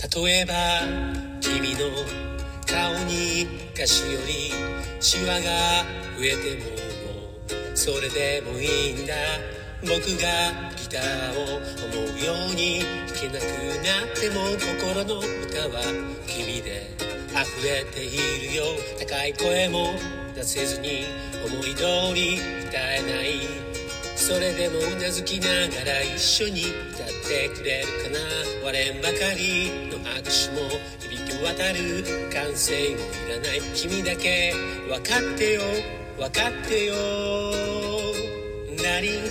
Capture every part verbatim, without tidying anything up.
例えば君の顔に昔よりシワが増えてもそれでもいいんだ。僕がギターを思うように弾けなくなっても心の歌は君で溢れているよ。高い声も出せずに思い通り歌えない。それでもうなずきながら一緒に歌ってくれるかな。割れんばかりの拍手も響き渡る歓声もいらない。君だけ分かってよ分かってよ。何夢が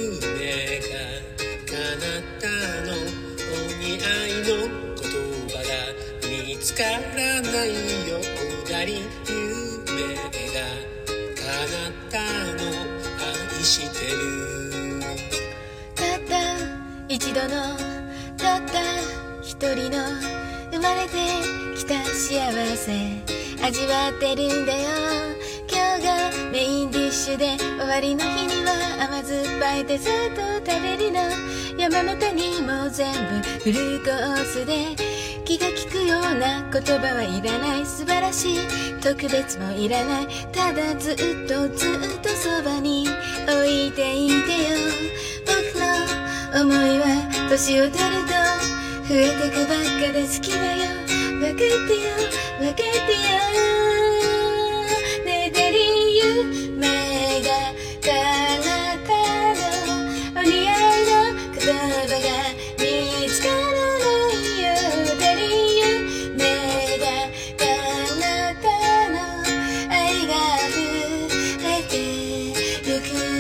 叶ったの。お似合いの言葉が見つからないよ。何夢が叶ったの。愛してる。 たった一度のたった一人の生まれてきた幸せ味わってるんだよ。今日がメインディッシュで終わりの日には甘酸っぱいデザート食べるの。山の谷も全部フルコースで気が利くような言葉はいらない。素晴らしい特別もいらない。ただずっとずっとそばに置いていてよ。僕の思いは年を取ると増えてくばっかで好きだよ。分かってよ分かってよ。ねだり夢が叶ったの。お似合いの言葉が見つからないよ。だり夢が叶ったの。愛が溢れてゆく。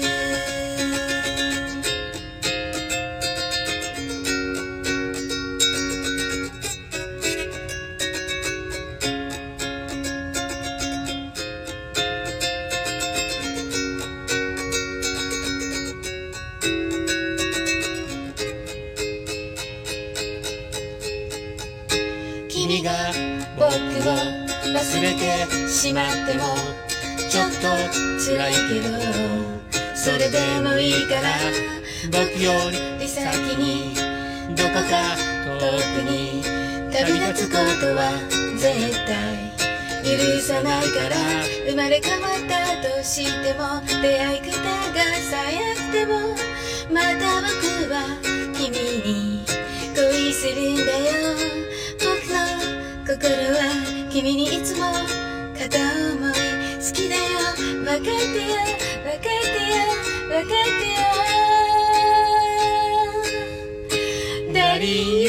君が僕を忘れてしまってもちょっと辛いけどそれでもいいから僕より先にどこか遠くに旅立つことは絶対許さないから。生まれ変わったとしても出会い方が最悪でもまた僕は君に恋するんだよ。心は君にいつも片思い好きだよ。分かってよ分かってよ分かってよ。ダリ